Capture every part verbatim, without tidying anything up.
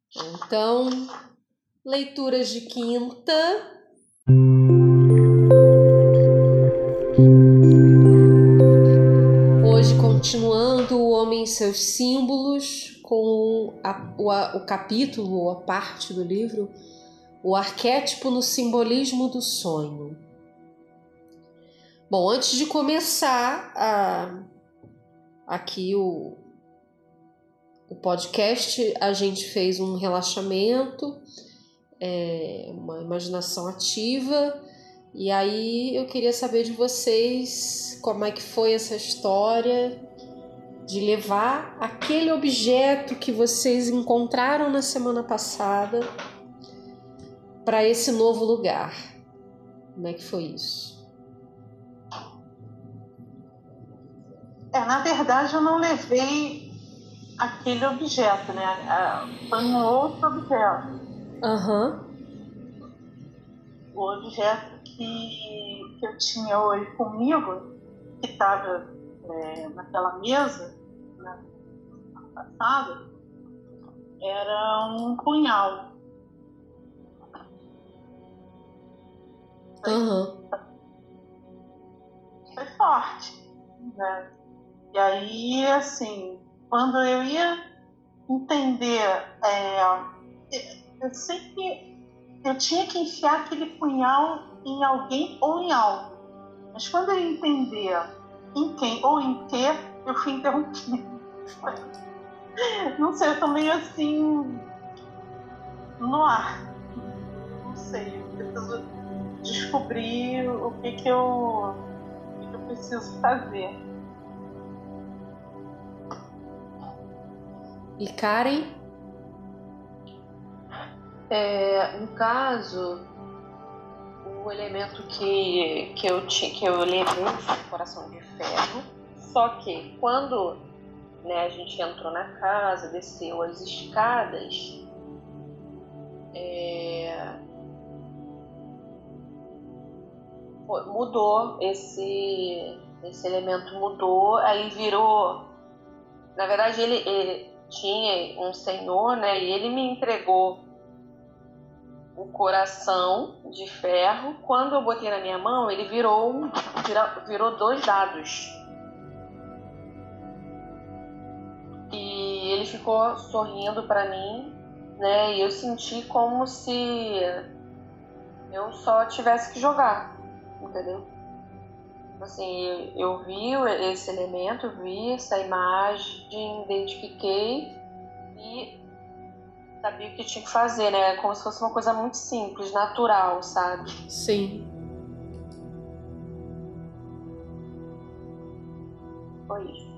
Então, leituras de quinta. Hoje, continuando O Homem e Seus Símbolos, com a, o, a, o capítulo, ou a parte do livro, O Arquétipo no Simbolismo do Sonho. Bom, antes de começar a, aqui o, o podcast, a gente fez um relaxamento, é, uma imaginação ativa, e aí eu queria saber de vocês como é que foi essa história de levar aquele objeto que vocês encontraram na semana passada para esse novo lugar. Como é que foi isso? É, na verdade, eu não levei aquele objeto, né? Foi um outro objeto. Aham. Uhum. O objeto que, que eu tinha hoje comigo, que estava é, naquela mesa, na passada, era um punhal. Foi, uhum. foi forte, né? E aí, assim, quando eu ia entender, é, eu sempre eu tinha que enfiar aquele punhal em alguém ou em algo. Mas quando eu entender em quem ou em que, eu fui interrompido. Não sei, eu tô meio assim no ar. Não sei, eu preciso descobrir o que que eu, o que que eu preciso fazer. E Karen? É, no caso, o elemento que, que, eu, que eu levei foi o coração de ferro. Só que quando, né, a gente entrou na casa, desceu as escadas, é, mudou esse, esse elemento mudou, aí virou, na verdade ele, ele tinha um senhor, né, e ele me entregou o coração de ferro. Quando eu botei na minha mão, ele virou, virou, virou dois dados. E ele ficou sorrindo para mim, né? E eu senti como se eu só tivesse que jogar, entendeu? Assim, eu vi esse elemento, vi essa imagem, identifiquei e sabia o que tinha que fazer, né? Como se fosse uma coisa muito simples, natural, sabe? Sim. Foi isso.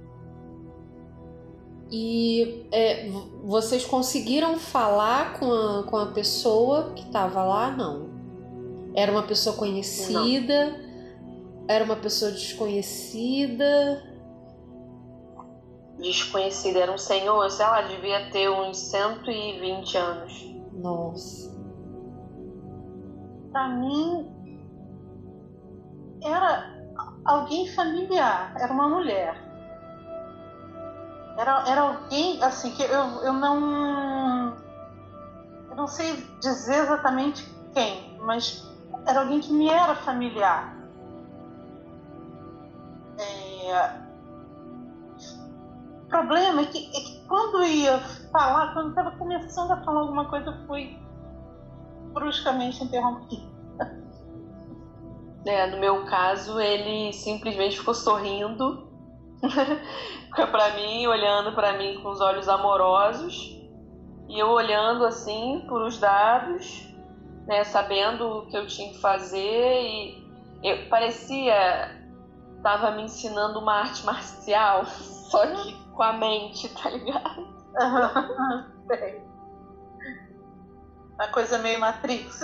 E é, vocês conseguiram falar com a, com a pessoa que estava lá? Não. Era uma pessoa conhecida? Não. Era uma pessoa desconhecida? Desconhecida, era um senhor, sei lá, devia ter uns cento e vinte anos. Nossa. Pra mim, era alguém familiar, era uma mulher. Era, era alguém, assim, que eu, eu não... Eu não sei dizer exatamente quem, mas era alguém que me era familiar. É... O problema é que, é que quando eu ia falar, quando eu estava começando a falar alguma coisa, eu fui bruscamente interrompida. É, no meu caso, ele simplesmente ficou sorrindo para mim, olhando para mim com os olhos amorosos, e eu olhando assim por os dados, né, sabendo o que eu tinha que fazer, e eu parecia estava me ensinando uma arte marcial, só que com a mente, tá ligado? Uma coisa meio Matrix.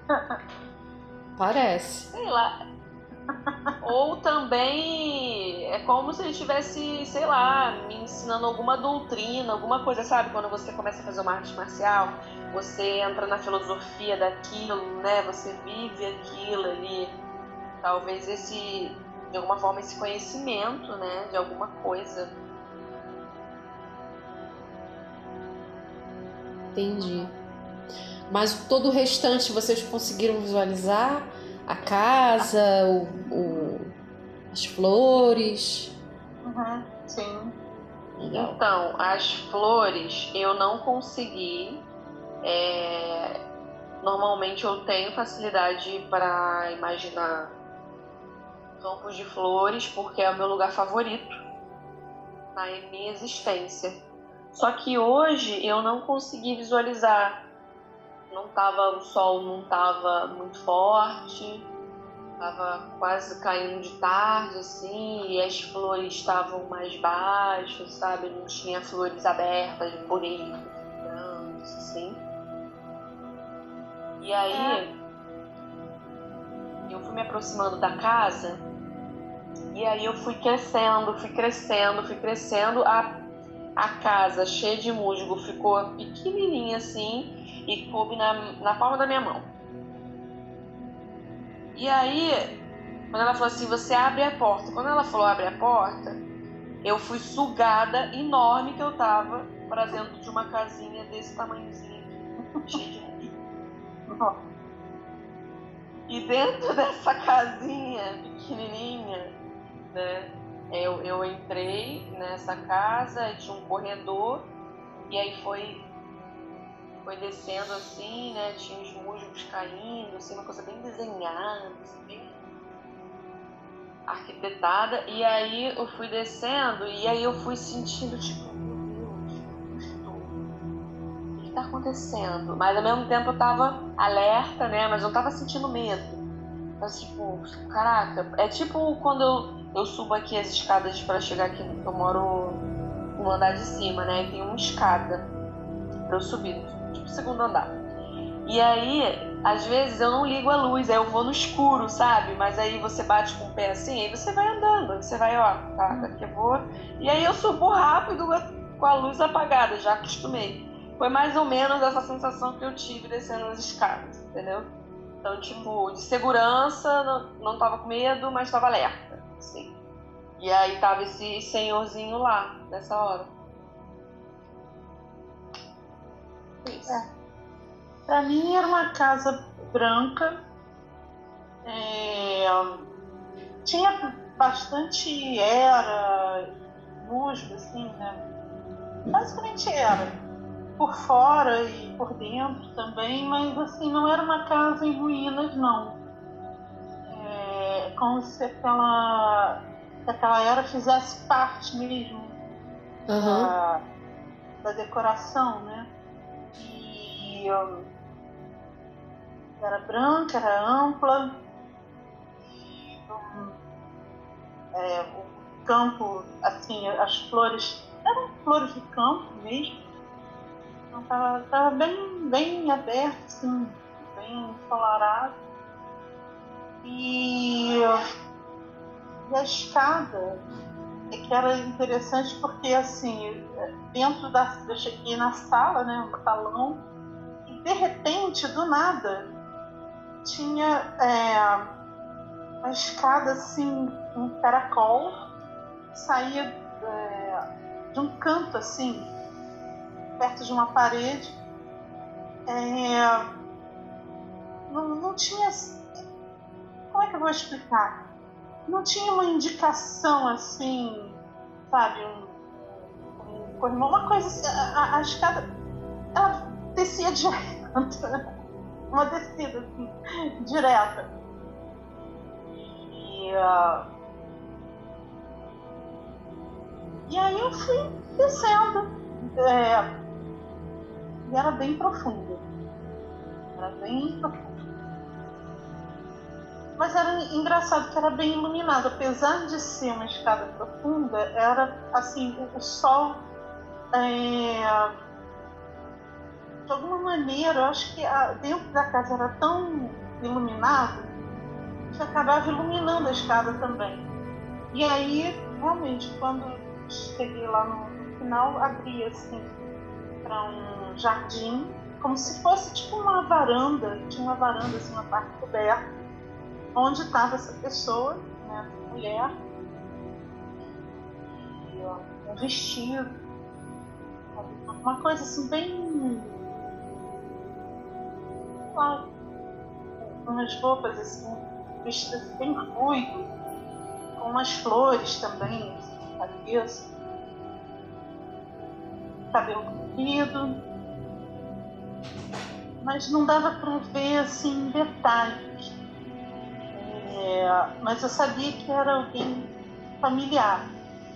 Parece. Sei lá. Ou também é como se ele estivesse, sei lá, me ensinando alguma doutrina, alguma coisa, sabe? Quando você começa a fazer uma arte marcial, você entra na filosofia daquilo, né? Você vive aquilo ali. Talvez esse, de alguma forma, esse conhecimento, né? De alguma coisa. Entendi. Mas todo o restante vocês conseguiram visualizar? A casa, o, o, as flores? Uhum, sim. Legal. Então, as flores eu não consegui. É... Normalmente eu tenho facilidade para imaginar campos de flores, porque é o meu lugar favorito na minha existência. Só que hoje eu não consegui visualizar. Não tava, o sol não estava muito forte, estava quase caindo de tarde, assim, e as flores estavam mais baixas, sabe? Não tinha flores abertas, bonitas, grandes, assim. E aí, eu fui me aproximando da casa, e aí eu fui crescendo, fui crescendo, fui crescendo, a, a casa cheia de musgo ficou pequenininha, assim, e coube na, na palma da minha mão. E aí, quando ela falou assim, você abre a porta. Quando ela falou abre a porta, eu fui sugada, enorme que eu tava, para dentro de uma casinha desse tamanhozinho aqui, cheia de musgo. E dentro dessa casinha pequenininha, né, eu, eu entrei nessa casa, tinha um corredor, e aí foi... Foi descendo assim, né? Tinha os musgos caindo, assim, uma coisa bem desenhada, assim, bem arquitetada. E aí eu fui descendo e aí eu fui sentindo, tipo, meu Deus, onde eu estou? O que está acontecendo? Mas ao mesmo tempo eu tava alerta, né? Mas eu tava sentindo medo. Mas tipo, caraca, é tipo quando eu, eu subo aqui as escadas para chegar aqui, eu moro no andar de cima, né? E tem uma escada pra eu subir. Tipo, segundo andar. E aí, às vezes eu não ligo a luz, aí eu vou no escuro, sabe? Mas aí você bate com o pé assim, aí você vai andando, aí você vai, ó, tá, daqui eu vou. E aí eu subo rápido com a luz apagada, já acostumei. Foi mais ou menos essa sensação que eu tive descendo as escadas, entendeu? Então, tipo, de segurança, não, não tava com medo, mas tava alerta, assim. E aí tava esse senhorzinho lá, nessa hora. É. Para mim era uma casa branca, é, tinha bastante era, musgo, assim, né? Basicamente era, por fora e por dentro também, mas assim, não era uma casa em ruínas, não. É como se aquela, aquela era fizesse parte mesmo Uhum. da, da decoração, né? E era branca, era ampla, e um, é, o campo, assim, as flores eram flores de campo mesmo, então estava tava bem, bem aberto, assim, bem ensolarado. E, e a escada é que era interessante porque, assim, dentro da... eu cheguei na sala, né, no salão, e de repente, do nada, tinha é, uma escada, assim, um caracol, que saía é, de um canto, assim, perto de uma parede. É, não, não tinha... Como é que eu vou explicar? Não tinha uma indicação, assim, sabe, um, um, uma coisa assim, a, a escada, ela descia direto, uma descida, assim, direta. E, uh, e aí eu fui descendo, é, e era bem profunda, era bem profunda. Mas era engraçado que era bem iluminado, apesar de ser uma escada profunda, era assim, o, o sol, é, de alguma maneira, eu acho que a, dentro da casa era tão iluminado que acabava iluminando a escada também. E aí, realmente, quando cheguei lá no, no final, abria assim para um jardim, como se fosse tipo uma varanda, tinha uma varanda, assim, uma parte coberta, onde estava essa pessoa, né, essa mulher, e, ó, um vestido, uma coisa assim bem claro, com umas roupas assim, vestidas bem fluido, com umas flores também, assim, na cabeça, cabelo comprido, mas não dava para ver assim detalhes. É, mas eu sabia que era alguém familiar.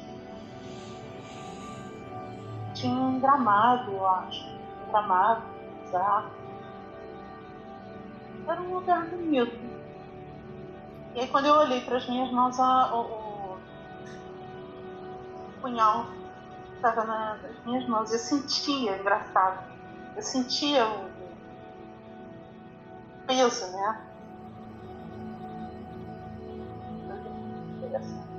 Tinha um gramado, eu acho, um gramado, exato. Era um lugar bonito. E aí quando eu olhei para as minhas mãos, a, o, o punhal estava nas minhas mãos. Eu sentia, engraçado, eu sentia o, o peso, né? Interessante.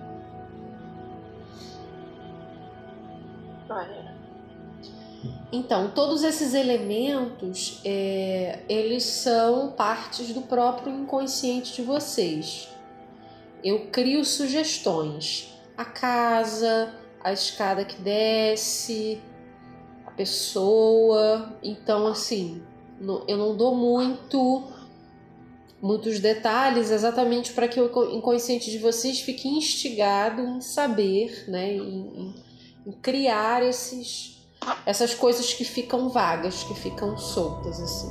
Então, todos esses elementos, é, eles são partes do próprio inconsciente de vocês. Eu crio sugestões. A casa, a escada que desce, a pessoa. Então, assim, eu não dou muito, muitos detalhes exatamente para que o inconsciente de vocês fique instigado em saber, né, em, em, em criar esses... essas coisas que ficam vagas, que ficam soltas assim.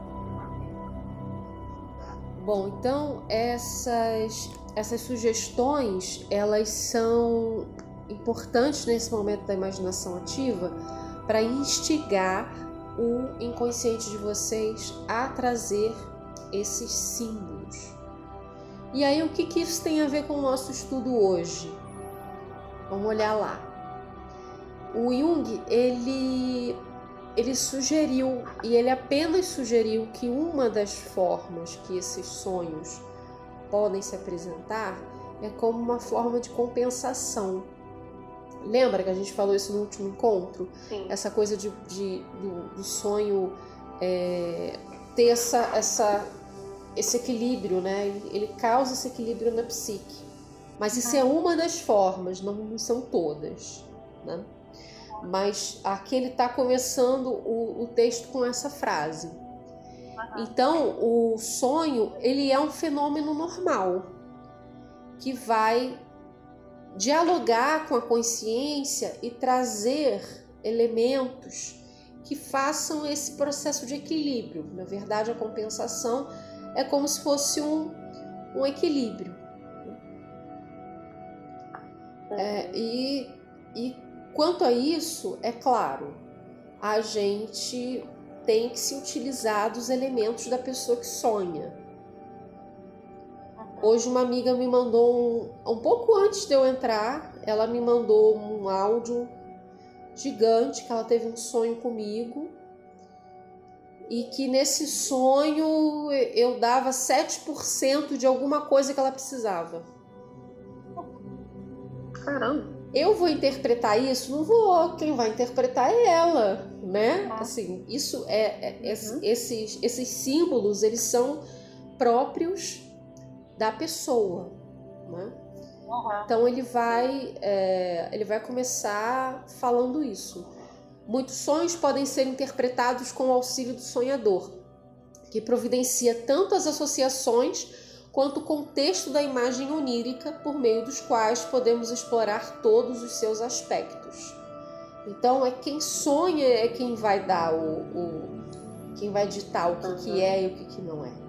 Bom, então essas, essas sugestões, elas são importantes nesse momento da imaginação ativa para instigar o inconsciente de vocês a trazer esses símbolos. E aí, o que, que isso tem a ver com o nosso estudo hoje? Vamos olhar lá. O Jung, ele, ele sugeriu, e ele apenas sugeriu que uma das formas que esses sonhos podem se apresentar é como uma forma de compensação. Lembra que a gente falou isso no último encontro? Sim. Essa coisa de, de, do, do sonho é, ter essa, essa, esse equilíbrio, né? Ele causa esse equilíbrio na psique. Mas isso é uma das formas, não, não são todas, né? Mas aqui ele está começando o, o texto com essa frase. Uhum. Então, o sonho, ele é um fenômeno normal, que vai dialogar com a consciência e trazer elementos que façam esse processo de equilíbrio. Na verdade, a compensação é como se fosse um, um equilíbrio. Uhum. É, e... e quanto a isso, é claro, a gente tem que se utilizar dos elementos da pessoa que sonha. Hoje uma amiga me mandou, um, um pouco antes de eu entrar, ela me mandou um áudio gigante, que ela teve um sonho comigo, e que nesse sonho eu dava sete por cento de alguma coisa que ela precisava. Caramba! Eu vou interpretar isso? Não vou. Quem vai interpretar é ela, né? Assim, isso é, é uhum. esses, esses símbolos, eles são próprios da pessoa, né? Uhum. Então ele vai, é, ele vai começar falando isso. Muitos sonhos podem ser interpretados com o auxílio do sonhador, que providencia tanto as associações quanto o contexto da imagem onírica, por meio dos quais podemos explorar todos os seus aspectos. Então, é quem sonha é quem vai dar o, o quem vai ditar o que, uhum. que é e o que, que não é.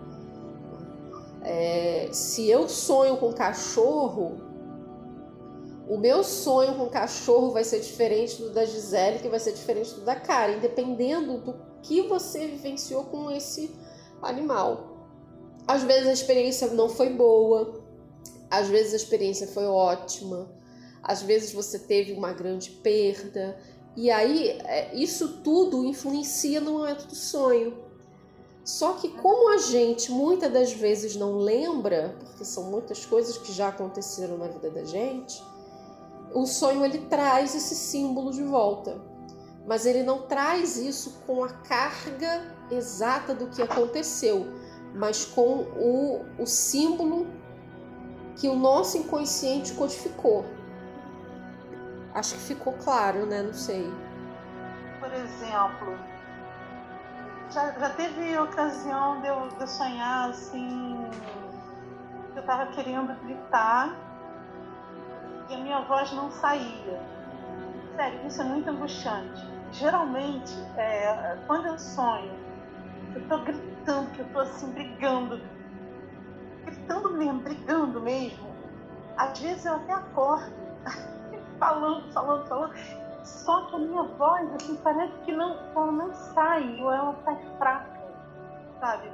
é. Se eu sonho com cachorro, o meu sonho com cachorro vai ser diferente do da Gisele, que vai ser diferente do da Karen, dependendo do que você vivenciou com esse animal. Às vezes a experiência não foi boa, às vezes a experiência foi ótima, às vezes você teve uma grande perda, e aí isso tudo influencia no momento do sonho. Só que como a gente muitas das vezes não lembra, porque são muitas coisas que já aconteceram na vida da gente, o sonho ele traz esse símbolo de volta, mas ele não traz isso com a carga exata do que aconteceu, mas com o, o símbolo que o nosso inconsciente codificou. Acho que ficou claro, né? Não sei. Por exemplo, já, já teve ocasião de eu, de eu sonhar assim, que eu tava querendo gritar e a minha voz não saía. Sério, isso é muito angustiante. Geralmente, é, quando eu sonho, eu tô gritando, que eu tô assim, brigando, gritando mesmo, brigando mesmo. Às vezes eu até acordo, falando, falando, falando, só que a minha voz, assim, parece que não, ela não sai, ou ela sai fraca, sabe?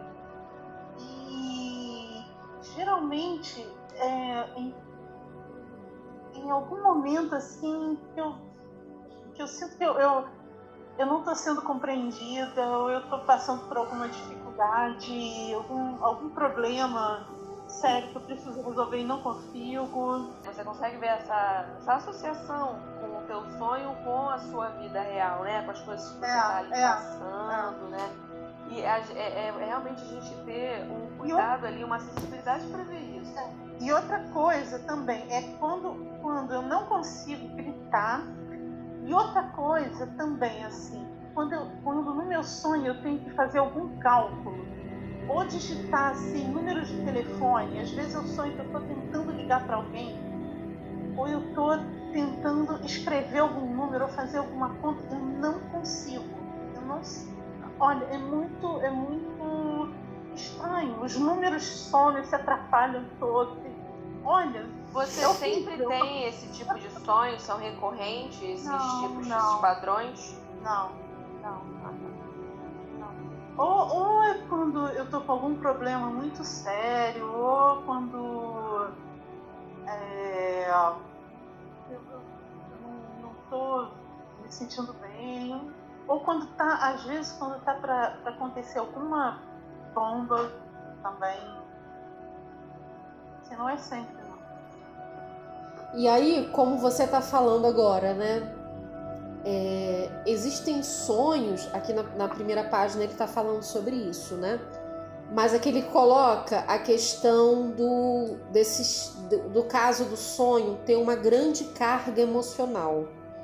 E geralmente, é, em, em algum momento, assim, que eu, que eu sinto que eu, eu, eu não estou sendo compreendida, ou eu estou passando por alguma dificuldade, algum, algum problema sério que eu preciso resolver e não consigo. Você consegue ver essa, essa associação com o teu sonho com a sua vida real, né? Com as coisas que você está É, ali é, passando, é. né? E é, é, é realmente a gente ter um cuidado ali, uma sensibilidade para ver isso. E outra coisa também é quando, quando eu não consigo gritar. E outra coisa também, assim, quando, eu, quando no meu sonho eu tenho que fazer algum cálculo, ou digitar assim, números de telefone, às vezes eu sonho que eu estou tentando ligar para alguém, ou eu estou tentando escrever algum número ou fazer alguma conta, eu não consigo. Eu não, olha, é muito, é muito estranho. Os números somem, se atrapalham todos. Olha, você é sempre tem esse tipo de sonhos? São recorrentes esses não, tipos, não. esses padrões? Não, não, não, não. Ou, ou é quando eu tô com algum problema muito sério, ou quando é, eu, eu não, não tô me sentindo bem, ou quando tá, às vezes, quando tá para acontecer alguma bomba também. Assim, não é sempre, não. E aí, como você está falando agora, né? É, existem sonhos, aqui na, na primeira página ele está falando sobre isso, né? Mas aqui ele coloca a questão do, desses, do, do caso do sonho ter uma grande carga emocional.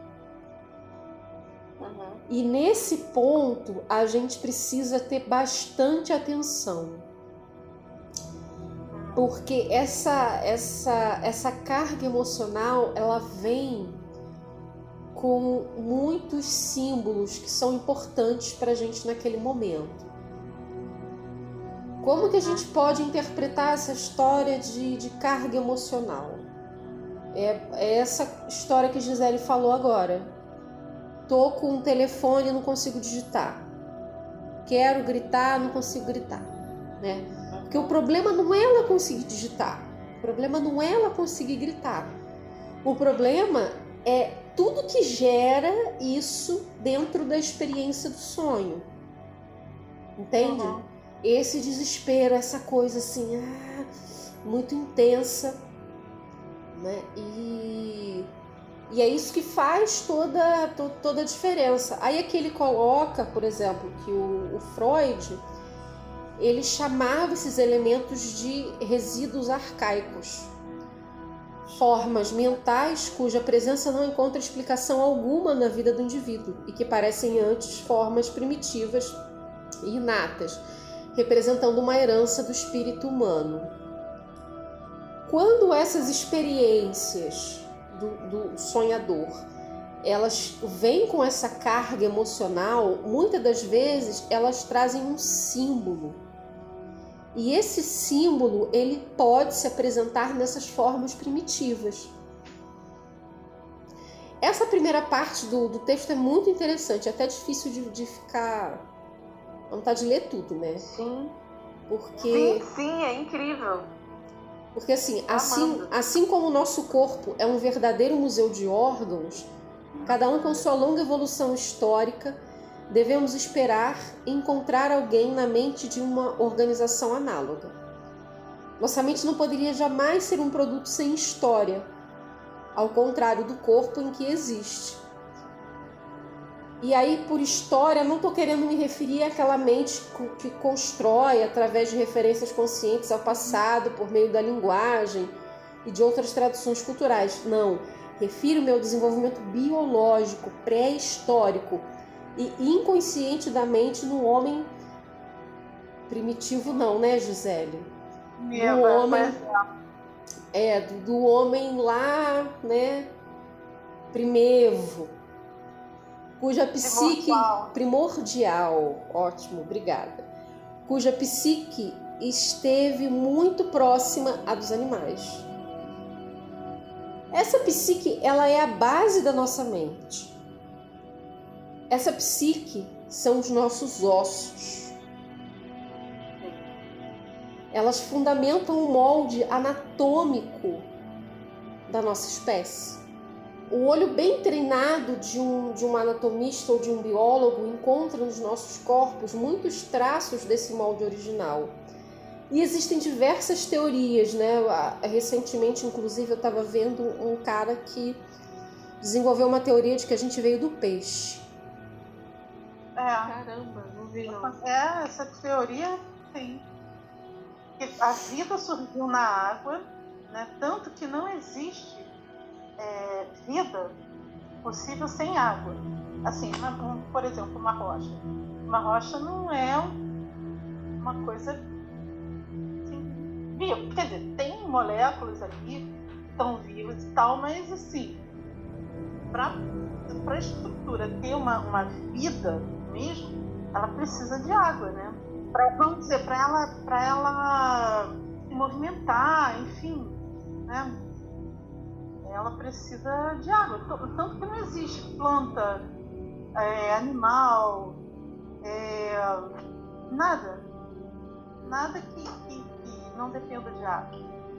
Uhum. E nesse ponto a gente precisa ter bastante atenção. Porque essa, essa, essa carga emocional, ela vem com muitos símbolos que são importantes para a gente naquele momento. Como que a gente pode interpretar essa história de, de carga emocional? É, é essa história que Gisele falou agora. Tô com um telefone e não consigo digitar. Quero gritar, não consigo gritar, né? Porque o problema não é ela conseguir digitar. O problema não é ela conseguir gritar. O problema é tudo que gera isso dentro da experiência do sonho. Entende? Uhum. Esse desespero, essa coisa assim, ah, muito intensa, né? E, e é isso que faz toda, to, toda a diferença. Aí aqui ele coloca, por exemplo, que o, o Freud, ele chamava esses elementos de resíduos arcaicos. Formas mentais cuja presença não encontra explicação alguma na vida do indivíduo e que parecem antes formas primitivas e inatas, representando uma herança do espírito humano. Quando essas experiências do, do sonhador, elas vêm com essa carga emocional, muitas das vezes elas trazem um símbolo. E esse símbolo, ele pode se apresentar nessas formas primitivas. Essa primeira parte do, do texto é muito interessante, é até difícil de, de ficar... vontade de ler tudo, né? Sim. Porque... Sim, sim, é incrível. Porque assim, assim, assim como o nosso corpo é um verdadeiro museu de órgãos, cada um com sua longa evolução histórica, devemos esperar encontrar alguém na mente de uma organização análoga. Nossa mente não poderia jamais ser um produto sem história, ao contrário do corpo em que existe. E aí, por história, não estou querendo me referir àquela mente que constrói através de referências conscientes ao passado por meio da linguagem e de outras tradições culturais. Não, refiro-me ao desenvolvimento biológico, pré-histórico e inconsciente da mente no homem primitivo não, né, Gisele? Meu, do homem, é, do, do homem lá, né, primevo, cuja psique Primordial. primordial, ótimo, obrigada, cuja psique esteve muito próxima à dos animais. Essa psique, ela é a base da nossa mente. Essa psique são os nossos ossos. Elas fundamentam o molde anatômico da nossa espécie. O olho bem treinado de um, de um anatomista ou de um biólogo encontra nos nossos corpos muitos traços desse molde original. E existem diversas teorias, né? Recentemente, inclusive, eu estava vendo um cara que desenvolveu uma teoria de que a gente veio do peixe. É, Caramba, não vi não. é essa teoria, sim. Que a vida surgiu na água, né? Tanto que não existe é, vida possível sem água. Assim, uma, um, por exemplo, uma rocha. Uma rocha não é uma coisa assim, viva. Quer dizer, tem moléculas ali que estão vivas e tal, mas assim, para a estrutura ter uma, uma vida mesmo, ela precisa de água, né? Pra, vamos dizer, para ela, para ela se movimentar, enfim, né? Ela precisa de água. Tanto que não existe planta, é, animal, é, nada. Nada que, que, que não dependa de água.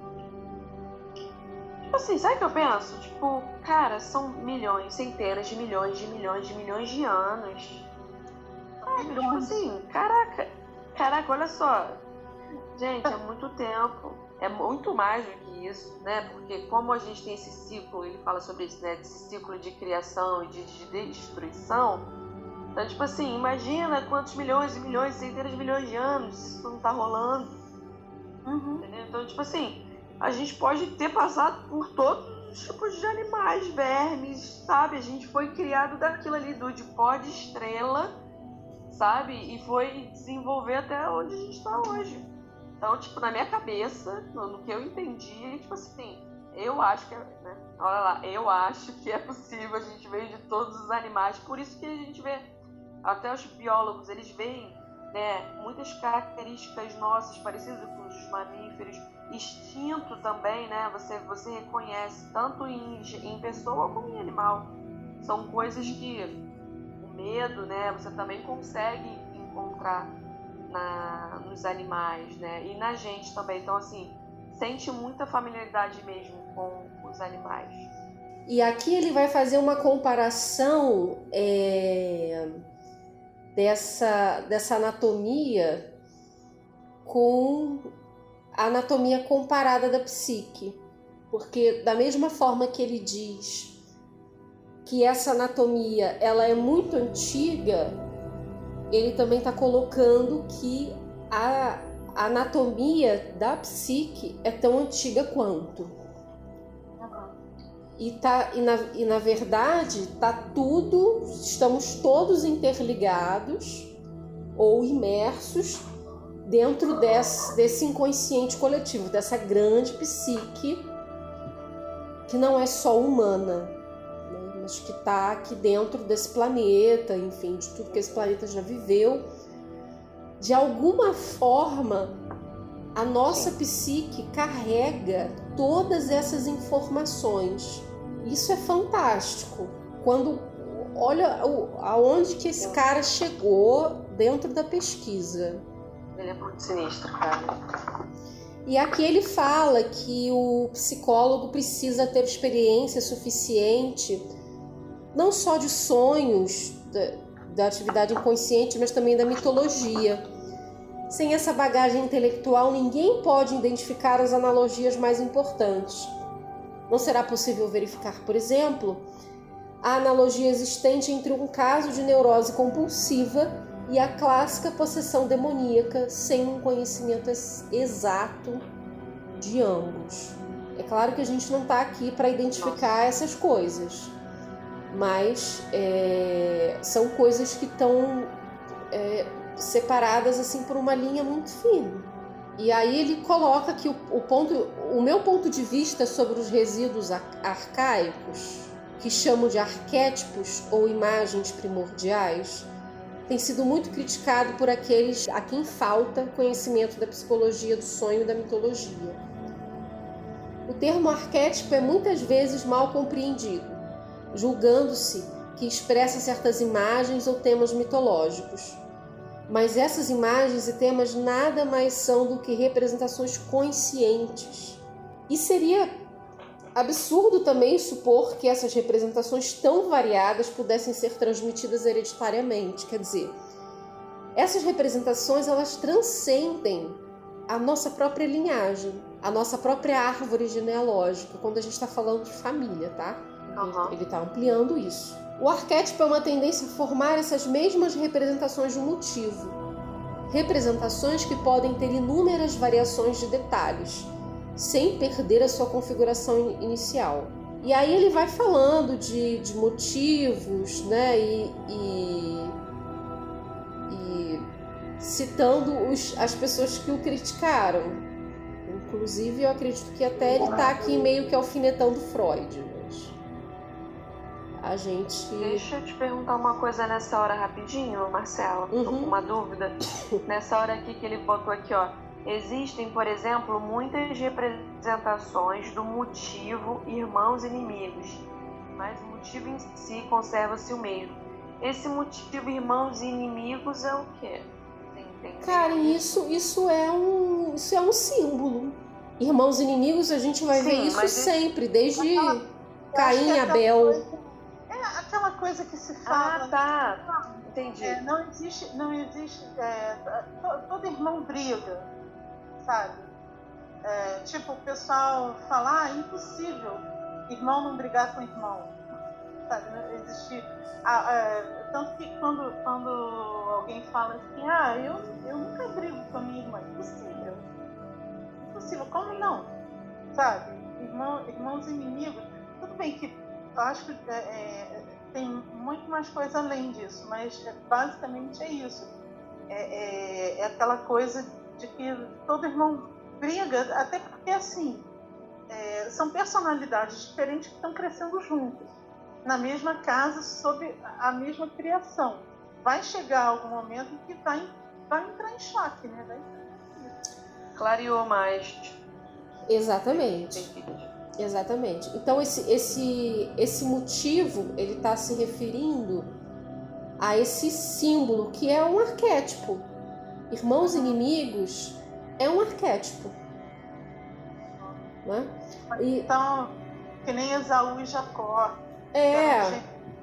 Tipo assim, sabe o que eu penso? Tipo, cara, são milhões, centenas de milhões de milhões de milhões de anos. Sabe? Tipo assim, caraca, caraca, olha só. Gente, é muito tempo. É muito mais do que isso, né? Porque como a gente tem esse ciclo, ele fala sobre isso, né? Esse ciclo de criação e de, de destruição. Então, tipo assim, imagina quantos milhões e milhões, centenas de milhões de anos isso não tá rolando. Uhum. Entendeu? Então, tipo assim, a gente pode ter passado por todos os tipos de animais, vermes, sabe? A gente foi criado daquilo ali, do de pó de estrela, sabe? E foi desenvolver até onde a gente tá hoje. Então, tipo, na minha cabeça, no, no que eu entendi, tipo assim, eu acho que é, né? Olha lá, eu acho que é possível, a gente veio de todos os animais, por isso que a gente vê, até os biólogos, eles veem, né, muitas características nossas parecidas com os mamíferos, instinto também, né, você, você reconhece tanto em, em pessoa como em animal. São coisas que o medo, né, você também consegue encontrar na, nos animais, né, e na gente também. Então, assim, sente muita familiaridade mesmo com os animais. E aqui ele vai fazer uma comparação é, dessa, dessa anatomia com a anatomia comparada da psique. Porque da mesma forma que ele diz que essa anatomia ela é muito antiga, ele também está colocando que a, a anatomia da psique é tão antiga quanto. E, tá, e, na, e na verdade tá tudo, estamos todos interligados ou imersos dentro desse, desse inconsciente coletivo, dessa grande psique que não é só humana, né, mas que está aqui dentro desse planeta, enfim, de tudo que esse planeta já viveu. De alguma forma, a nossa psique carrega todas essas informações. Isso é fantástico. Quando olha aonde que esse cara chegou dentro da pesquisa. Ele é muito sinistro, cara. E aqui ele fala que o psicólogo precisa ter experiência suficiente, não só de sonhos, da, da atividade inconsciente, mas também da mitologia. Sem essa bagagem intelectual, ninguém pode identificar as analogias mais importantes. Não será possível verificar, por exemplo, a analogia existente entre um caso de neurose compulsiva e a clássica possessão demoníaca sem um conhecimento exato de ambos. É claro que a gente não está aqui para identificar essas coisas, mas é, são coisas que estão é, separadas assim por uma linha muito fina. E aí ele coloca que o, o, ponto, o meu ponto de vista sobre os resíduos arcaicos, que chamo de arquétipos ou imagens primordiais, tem sido muito criticado por aqueles a quem falta conhecimento da psicologia do sonho e da mitologia. O termo arquétipo é muitas vezes mal compreendido, julgando-se que expressa certas imagens ou temas mitológicos. Mas essas imagens e temas nada mais são do que representações conscientes. E seria absurdo também supor que essas representações tão variadas pudessem ser transmitidas hereditariamente. Quer dizer, essas representações elas transcendem a nossa própria linhagem, a nossa própria árvore genealógica, quando a gente está falando de família, tá? Uhum. Ele está ampliando isso. O arquétipo é uma tendência a formar essas mesmas representações de um motivo. Representações que podem ter inúmeras variações de detalhes, sem perder a sua configuração inicial. E aí ele vai falando de, de motivos, né, e, e, e citando os, as pessoas que o criticaram. Inclusive, eu acredito que até ele está aqui meio que alfinetando Freud. A gente... Deixa eu te perguntar uma coisa nessa hora rapidinho, Marcela. Tô Uhum. com uma dúvida. Nessa hora aqui que ele botou aqui, ó. Existem, por exemplo, muitas representações do motivo irmãos inimigos, mas o motivo em si conserva-se o mesmo. Esse motivo irmãos e inimigos é o quê? Cara, isso, isso, é um, isso é um símbolo. Irmãos inimigos, a gente vai Sim, ver isso mas sempre, desde aquela, Caim e Abel. Coisa, é aquela coisa que se fala. Ah, tá. Entendi. É, não existe, não existe. É, todo irmão briga, sabe? É, tipo, o pessoal fala, ah, é impossível irmão não brigar com irmão. Sabe? Não existe. Ah, é, tanto que quando, quando alguém fala assim, ah, eu, eu nunca brigo com a minha irmã, impossível. Impossível, como não? Sabe? Irmão, irmãos inimigos. Tudo bem que eu acho que é, é, tem muito mais coisa além disso, mas basicamente é isso. É, é, é aquela coisa de que todo irmão briga, até porque assim, é, são personalidades diferentes que estão crescendo juntas, na mesma casa, sob a mesma criação. Vai chegar algum momento em que vai, vai entrar em choque, né? Vai entrar... Clareou mais. Exatamente. Exatamente. Então esse, esse, esse motivo, ele está se referindo a esse símbolo que é um arquétipo. Irmãos inimigos é um arquétipo. Né? E, então, que nem Esaú e Jacó. É.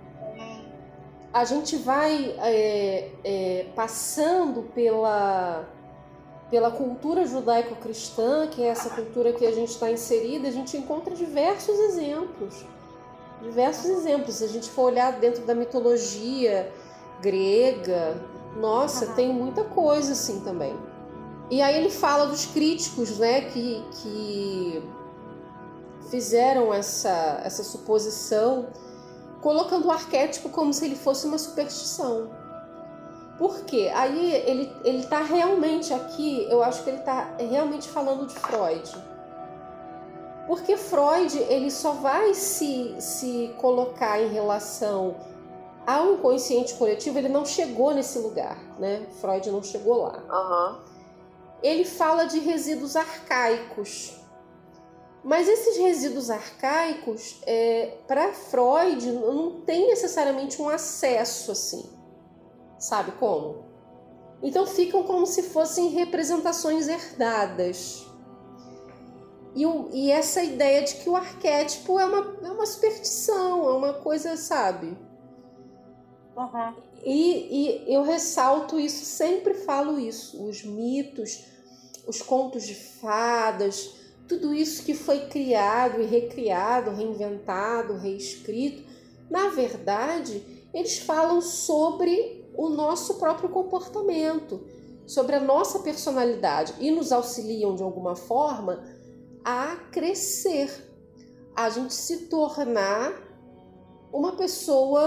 A gente vai é, é, passando pela... pela cultura judaico-cristã, que é essa cultura que a gente está inserida, a gente encontra diversos exemplos. Diversos exemplos. Se a gente for olhar dentro da mitologia grega, nossa, uhum. tem muita coisa assim também. E aí ele fala dos críticos, né, que, que fizeram essa, essa suposição, colocando o arquétipo como se ele fosse uma superstição. Por quê? Aí ele ele está realmente aqui, eu acho que ele está realmente falando de Freud. Porque Freud ele só vai se, se colocar em relação ao inconsciente coletivo, ele não chegou nesse lugar, né? Freud não chegou lá. Uhum. Ele fala de resíduos arcaicos. Mas esses resíduos arcaicos, é, para Freud, não tem necessariamente um acesso assim. Sabe como? Então ficam como se fossem representações herdadas. E, o, e essa ideia de que o arquétipo é uma, é uma superstição, é uma coisa, sabe? Uhum. E, e eu ressalto isso, sempre falo isso. Os mitos, os contos de fadas, tudo isso que foi criado e recriado, reinventado, reescrito, na verdade, eles falam sobre o nosso próprio comportamento, sobre a nossa personalidade e nos auxiliam de alguma forma a crescer, a gente se tornar uma pessoa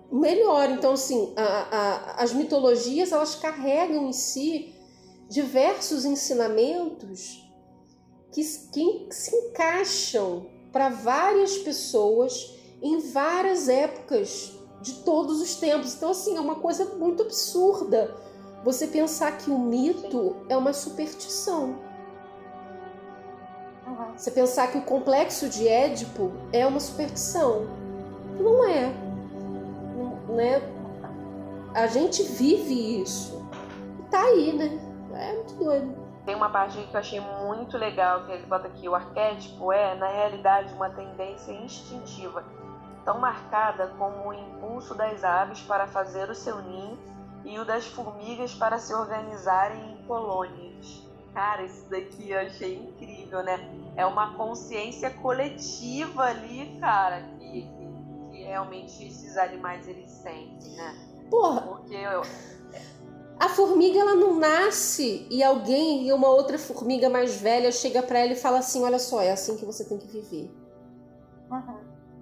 melhor. Então, assim, a, a, as mitologias, elas carregam em si diversos ensinamentos que, que se encaixam para várias pessoas em várias épocas de todos os tempos. Então, assim, é uma coisa muito absurda você pensar que o mito é uma superstição. Uhum. Você pensar que o complexo de Édipo é uma superstição. Não é. Não é. A gente vive isso. E tá aí, né? É muito doido. Tem uma parte que eu achei muito legal, que ele bota aqui: o arquétipo é, na realidade, uma tendência instintiva, tão marcada como o impulso das aves para fazer o seu ninho e o das formigas para se organizarem em colônias. Cara, isso daqui eu achei incrível, né? É uma consciência coletiva ali, cara, que, que, que realmente esses animais eles sentem, né? Porra! Porque eu... A formiga, ela não nasce e alguém e uma outra formiga mais velha chega pra ela e fala assim: olha só, é assim que você tem que viver. Uhum.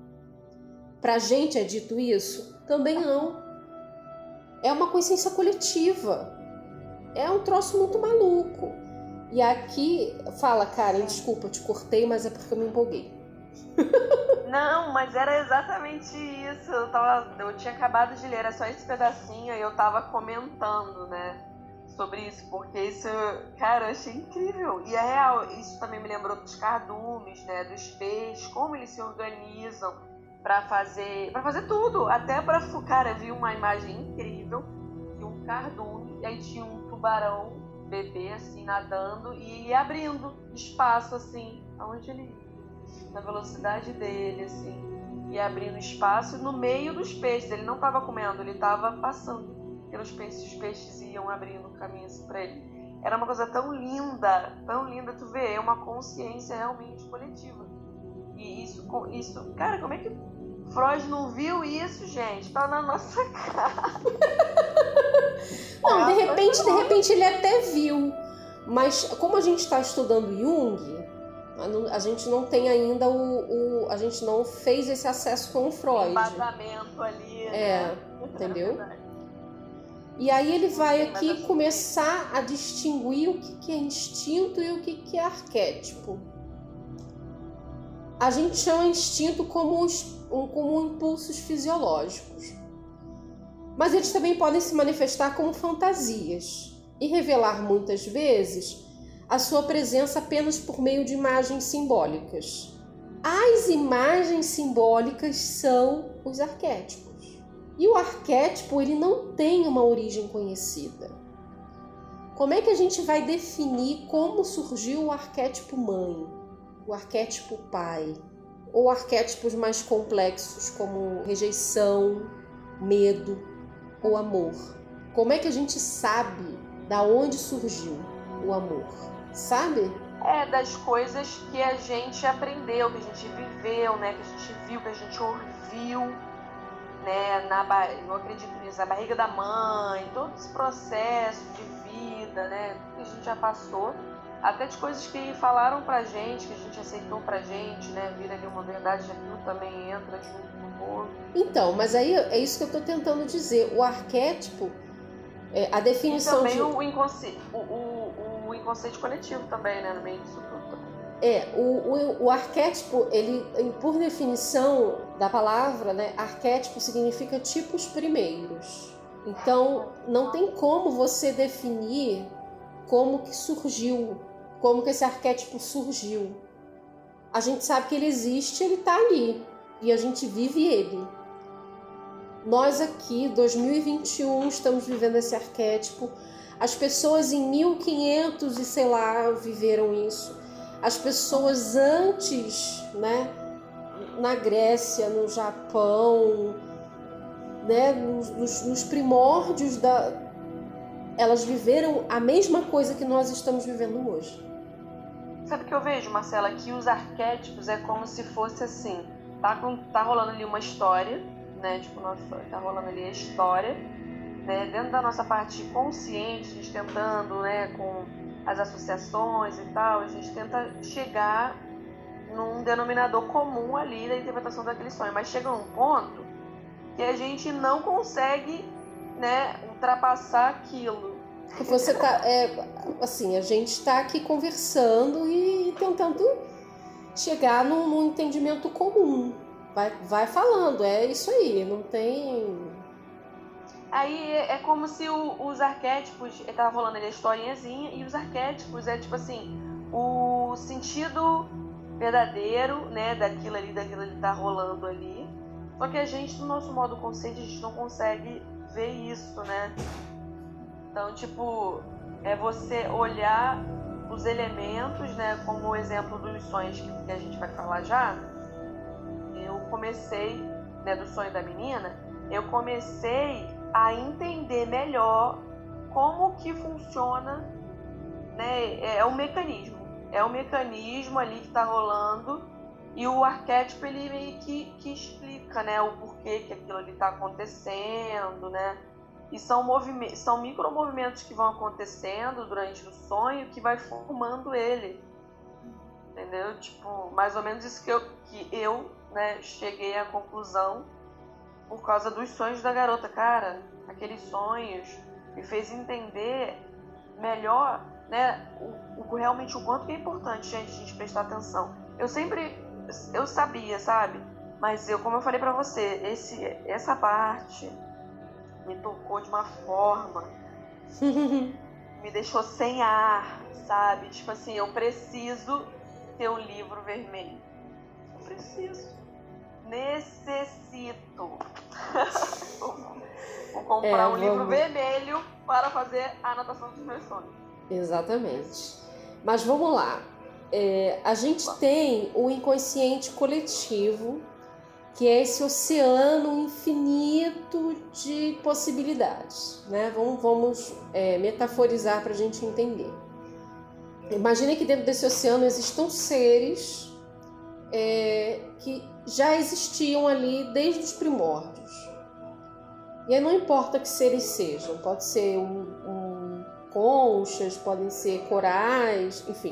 Pra gente é dito isso? Também não. É uma consciência coletiva. É um troço muito maluco. E aqui, fala, Karen, desculpa, eu te cortei, mas é porque eu me empolguei. Não, mas era exatamente isso. Eu, tava, eu tinha acabado de ler, era só esse pedacinho e eu tava comentando, né, sobre isso, porque isso, cara, eu achei incrível. E é real, isso também me lembrou dos cardumes, né, dos peixes, como eles se organizam para fazer, para fazer tudo, até para, cara, eu vi uma imagem incrível de um cardume, e aí tinha um tubarão bebê, assim, nadando, e ele abrindo espaço, assim, aonde ele ia, na velocidade dele, assim, e abrindo espaço no meio dos peixes. Ele não estava comendo, ele estava passando pelos peixes, os peixes iam abrindo caminho assim para ele. Era uma coisa tão linda, tão linda, tu vê, é uma consciência realmente coletiva. E isso, isso, cara, como é que Freud não viu isso, gente? Tá na nossa cara. Não, de repente, de repente ele até viu, mas como a gente está estudando Jung, a gente não tem ainda o, o... a gente não fez esse acesso com o Freud. Embasamento ali. É, né? entendeu? É e aí ele vai Sim, aqui assim... começar a distinguir o que é instinto e o que é arquétipo. A gente chama instinto como, os, como impulsos fisiológicos. Mas eles também podem se manifestar como fantasias e revelar muitas vezes a sua presença apenas por meio de imagens simbólicas. As imagens simbólicas são os arquétipos. E o arquétipo, ele não tem uma origem conhecida. Como é que a gente vai definir como surgiu o arquétipo mãe, o arquétipo pai, ou arquétipos mais complexos como rejeição, medo ou amor? Como é que a gente sabe da onde surgiu o amor? Sabe? É, das coisas que a gente aprendeu, que a gente viveu, né? Que a gente viu, que a gente ouviu, né? Na ba... Eu acredito nisso, a barriga da mãe, todo esse processo de vida, né? Que a gente já passou, até de coisas que falaram pra gente, que a gente aceitou pra gente, né? Vira ali uma verdade, aquilo também entra junto no bolo. Então, mas aí é isso que eu tô tentando dizer. O arquétipo, é, a definição e também de... o inconsciente, o, o, o inconsciente coletivo também, né? No meio disso tudo. É, o, o, o arquétipo, ele, por definição da palavra, né? Arquétipo significa tipos primeiros. Então, não tem como você definir como que surgiu, como que esse arquétipo surgiu. A gente sabe que ele existe, ele tá ali. E a gente vive ele. Nós aqui, dois mil e vinte e um, estamos vivendo esse arquétipo. As pessoas em mil e quinhentos e sei lá viveram isso. As pessoas antes, né, na Grécia, no Japão, né, nos, nos primórdios da, elas viveram a mesma coisa que nós estamos vivendo hoje. Sabe o que eu vejo, Marcela? Que os arquétipos é como se fosse assim, tá, com, tá rolando ali uma história, né? Tipo, nossa, tá rolando ali a história, né? Dentro da nossa parte consciente, a gente tentando, né, com as associações e tal, a gente tenta chegar num denominador comum ali da interpretação daquele sonho. Mas chega um ponto que a gente não consegue, né, ultrapassar aquilo. Você tá, é, assim, a gente está aqui conversando e tentando chegar num, num entendimento comum. Vai, vai falando, é isso aí, não tem... Aí é como se o, os arquétipos, ele tava rolando ali a historinhazinha, e os arquétipos é tipo assim, o sentido verdadeiro, né, daquilo ali, daquilo ali tá rolando ali. Só que a gente, no nosso modo consciente, a gente não consegue ver isso, né? Então, tipo, é você olhar os elementos, né, como o exemplo dos sonhos que a gente vai falar já. Eu comecei, né, do sonho da menina, eu comecei a entender melhor como que funciona, né, é o mecanismo. É o mecanismo ali que tá rolando, e o arquétipo, ele meio que, que explica, né, o porquê que aquilo ali tá acontecendo, né? E são, movimentos, são micromovimentos que vão acontecendo durante o sonho que vai formando ele. Entendeu? Tipo, mais ou menos isso que eu, que eu né, cheguei à conclusão por causa dos sonhos da garota. Cara, aqueles sonhos me fez entender melhor, né, o, o, realmente o quanto que é importante, gente, a gente prestar atenção. Eu sempre, eu sabia, sabe? Mas eu, como eu falei pra você, esse, essa parte me tocou de uma forma, me deixou sem ar, sabe? Tipo assim, eu preciso ter um livro vermelho. Eu preciso. Necessito. Vou comprar é, um vamos... livro vermelho para fazer a anotação dos meus sonhos. Exatamente. Mas vamos lá. É, a gente tem o inconsciente coletivo, que é esse oceano infinito de possibilidades, né? Vamos, vamos é, metaforizar para a gente entender. Imagine que dentro desse oceano existam seres é, que já existiam ali desde os primórdios. E aí não importa que seres sejam, pode ser um, um, conchas, podem ser corais, enfim.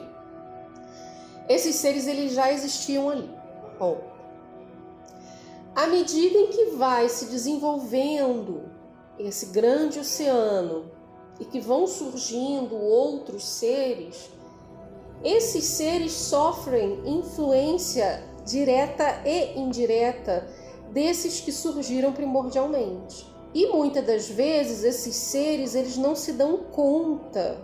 Esses seres, eles já existiam ali. Bom, à medida em que vai se desenvolvendo esse grande oceano e que vão surgindo outros seres, esses seres sofrem influência direta e indireta desses que surgiram primordialmente. E muitas das vezes esses seres, eles não se dão conta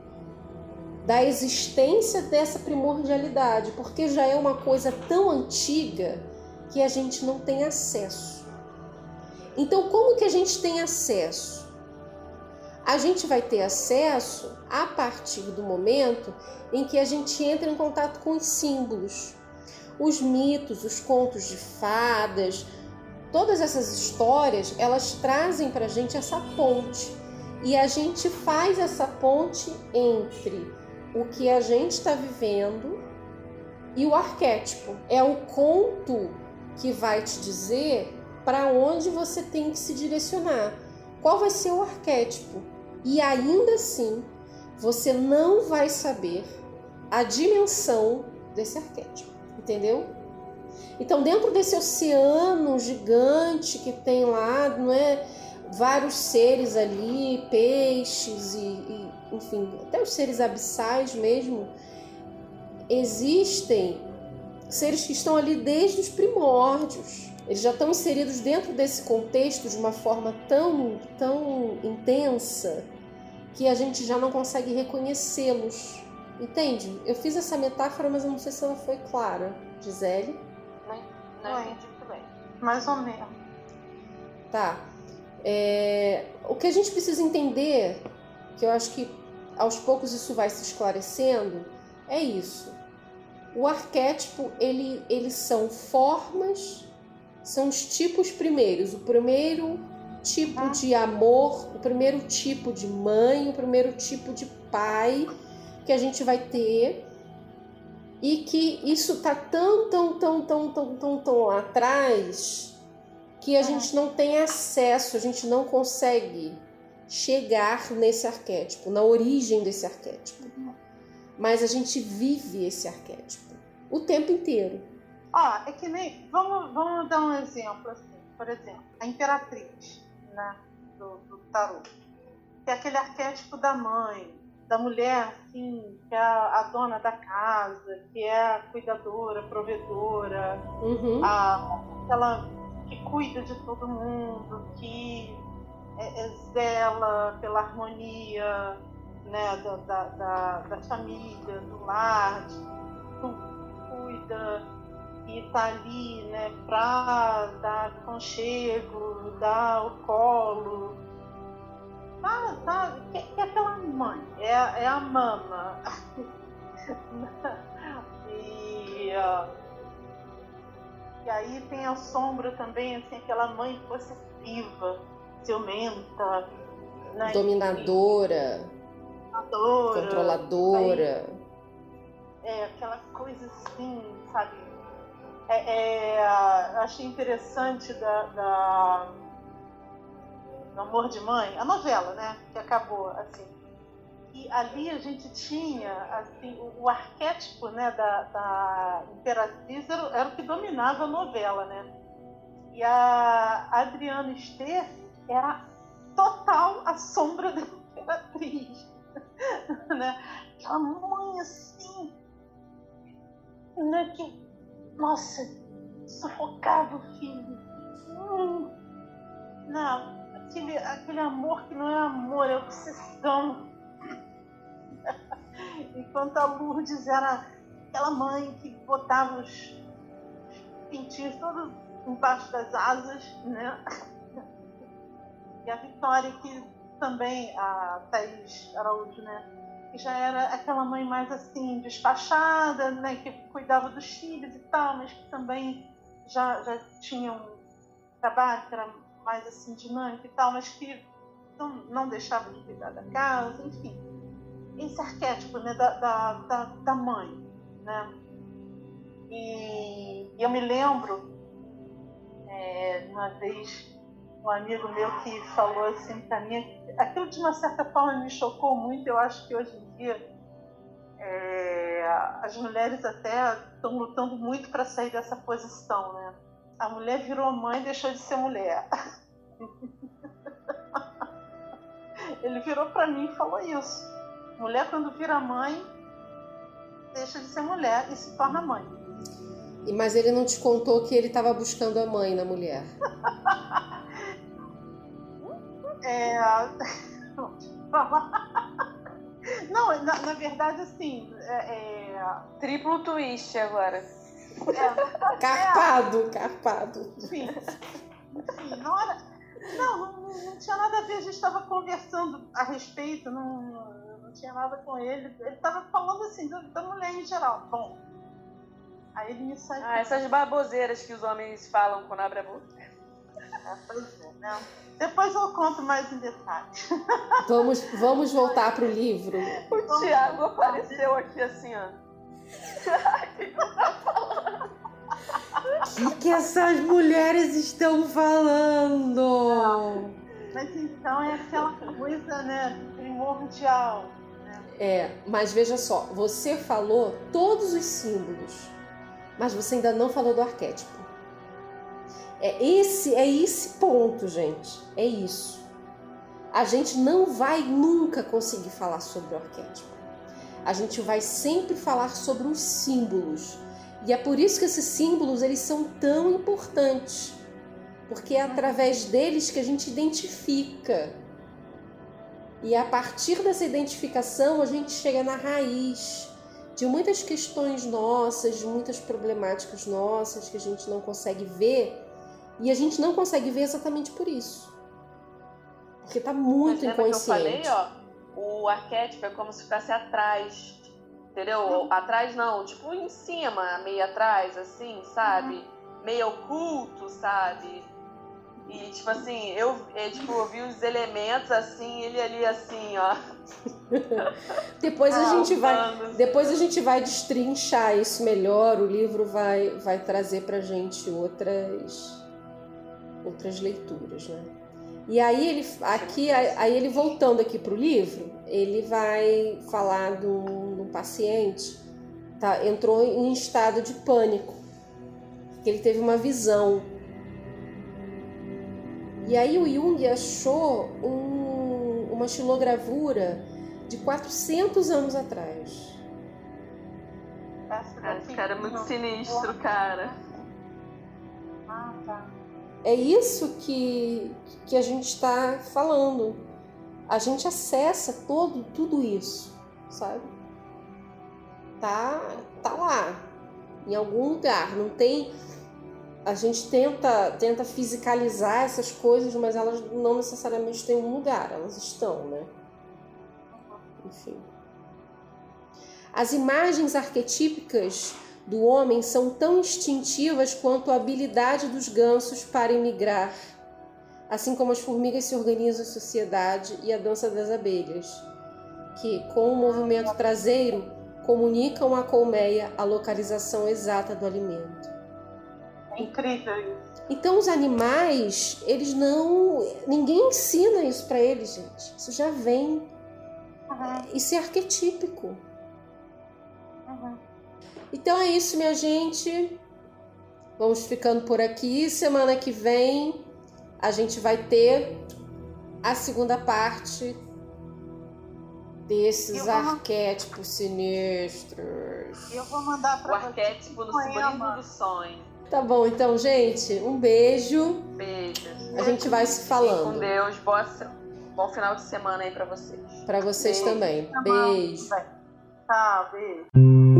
da existência dessa primordialidade, porque já é uma coisa tão antiga que a gente não tem acesso. Então, como que a gente tem acesso? A gente vai ter acesso a partir do momento em que a gente entra em contato com os símbolos, os mitos, os contos de fadas, todas essas histórias, elas trazem para a gente essa ponte. E a gente faz essa ponte entre o que a gente está vivendo e o arquétipo. É o conto que vai te dizer para onde você tem que se direcionar, qual vai ser o arquétipo. E ainda assim, você não vai saber a dimensão desse arquétipo, entendeu? Então, dentro desse oceano gigante que tem lá, não é, vários seres ali, peixes e, e enfim, até os seres abissais mesmo, existem seres que estão ali desde os primórdios. Eles já estão inseridos dentro desse contexto de uma forma tão, tão intensa que a gente já não consegue reconhecê-los. Entende? Eu fiz essa metáfora, mas eu não sei se ela foi clara. Gisele? Não, não entendi muito bem. Mais ou menos. Tá. É, o que a gente precisa entender, que eu acho que aos poucos isso vai se esclarecendo, é isso. O arquétipo, ele, eles são formas, são os tipos primeiros. O primeiro tipo de amor, o primeiro tipo de mãe, o primeiro tipo de pai que a gente vai ter, e que isso está tão, tão, tão, tão, tão, tão, tão lá atrás que a gente não tem acesso, a gente não consegue chegar nesse arquétipo, na origem desse arquétipo. Mas a gente vive esse arquétipo o tempo inteiro. Ó, é que nem... Vamos, vamos dar um exemplo assim. por exemplo, a imperatriz, né, do, do tarô, que é aquele arquétipo da mãe, da mulher, assim, que é a, a dona da casa, que é a cuidadora, provedora, Uhum. a, aquela que cuida de todo mundo, que é, é zela pela harmonia, né, da, da, da, da família, do lar, cuida e está ali, né, para dar aconchego, dar o colo. Ah, tá, que, que é aquela mãe, é, é a mama. e, uh, e aí tem a sombra também, assim, aquela mãe possessiva, ciumenta, né, dominadora, dominadora, controladora. Aí, é aquela coisa assim, sabe? É, é, achei interessante da, da do Amor de Mãe, a novela, né, que acabou, assim, e ali a gente tinha, assim, o, o arquétipo, né, da, da imperatriz era, era o que dominava a novela, né, e a Adriana Ester era total a sombra da imperatriz, né, aquela mãe assim, né, que, nossa, sufocava o filho, hum, não, Aquele, aquele amor que não é amor, é obsessão. Enquanto a Lourdes era aquela mãe que botava os pintinhos todos embaixo das asas, né? E a Vitória, que também, a Thaís Araújo, né? Que já era aquela mãe mais assim, despachada, né? Que cuidava dos filhos e tal, mas que também já, já tinha um trabalho que era mais assim dinâmico e tal, mas que não, não deixava de cuidar da casa, enfim. Esse arquétipo, né, da, da, da, da mãe, né? E eu me lembro, é, uma vez, um amigo meu que falou assim para mim, aquilo de uma certa forma me chocou muito, eu acho que hoje em dia é, as mulheres até estão lutando muito para sair dessa posição, né? A mulher virou mãe e deixou de ser mulher. Ele virou para mim e falou isso. Mulher, quando vira mãe, deixa de ser mulher e se torna mãe. Mas ele não te contou que ele estava buscando a mãe na mulher? é... Não, na, na verdade, assim... É, é... Triplo twist agora. É, carpado, é... carpado. Enfim, enfim, na hora... Não, não, não tinha nada a ver, a gente estava conversando a respeito, não, não tinha nada com ele. Ele estava falando assim, da, da mulher em geral. Bom, aí ele me saiu... Ah, essas baboseiras que os homens falam quando abre a boca. É, pois é, né? Depois eu conto mais em detalhes. Vamos, vamos voltar pro livro. O vamos Thiago apareceu aqui assim, ó. O que você tá falando? O que, que essas mulheres estão falando? Não. Mas então é aquela coisa, né, primordial. Né? É, mas veja só, você falou todos os símbolos, mas você ainda não falou do arquétipo. É esse, é esse ponto, gente. É isso. A gente não vai nunca conseguir falar sobre o arquétipo. A gente vai sempre falar sobre os símbolos. E é por isso que esses símbolos, eles são tão importantes. Porque é através deles que a gente identifica. E a partir dessa identificação, a gente chega na raiz de muitas questões nossas, de muitas problemáticas nossas que a gente não consegue ver. E a gente não consegue ver exatamente por isso. Porque está muito Mas inconsciente. Que eu falei, ó, o arquétipo é como se ficasse atrás. Entendeu? Uhum. Atrás não, tipo em cima, meio atrás, assim, sabe? Uhum. Meio oculto, sabe? E tipo assim, eu, eu, tipo, eu vi os elementos assim, ele ali assim, ó. Depois a gente vai, depois a gente vai destrinchar isso melhor, o livro vai, vai trazer pra gente outras, outras leituras, né? E aí ele, aqui, aí ele voltando aqui pro livro, ele vai falar de um paciente, tá, entrou em estado de pânico, que ele teve uma visão. E aí o Jung achou um, uma xilogravura de quatrocentos anos atrás. Esse cara é muito sinistro, cara. Ah, tá. É isso que, que a gente está falando. A gente acessa todo, tudo isso, sabe? Tá, tá lá, em algum lugar. Não tem... A gente tenta, tenta fisicalizar essas coisas, mas elas não necessariamente têm um lugar. Elas estão, né? Enfim. As imagens arquetípicas do homem são tão instintivas quanto a habilidade dos gansos para emigrar, assim como as formigas se organizam em sociedade e a dança das abelhas, que, com o movimento traseiro, comunicam à colmeia a localização exata do alimento. É incrível isso. Então os animais, eles não... Ninguém ensina isso para eles, gente. Isso já vem. Uhum. Isso é arquetípico. Uhum. Então é isso, minha gente. Vamos ficando por aqui. Semana que vem a gente vai ter a segunda parte desses vou... arquétipos sinistros. Eu vou mandar para o arquétipo do sobrinho do sonho. Tá bom, então, gente, um beijo. Beijos. A gente vai se falando. Com Deus. Boa, bom final de semana aí para vocês. Para vocês Beijo. também. Tá Beijo. Tchau, beijo.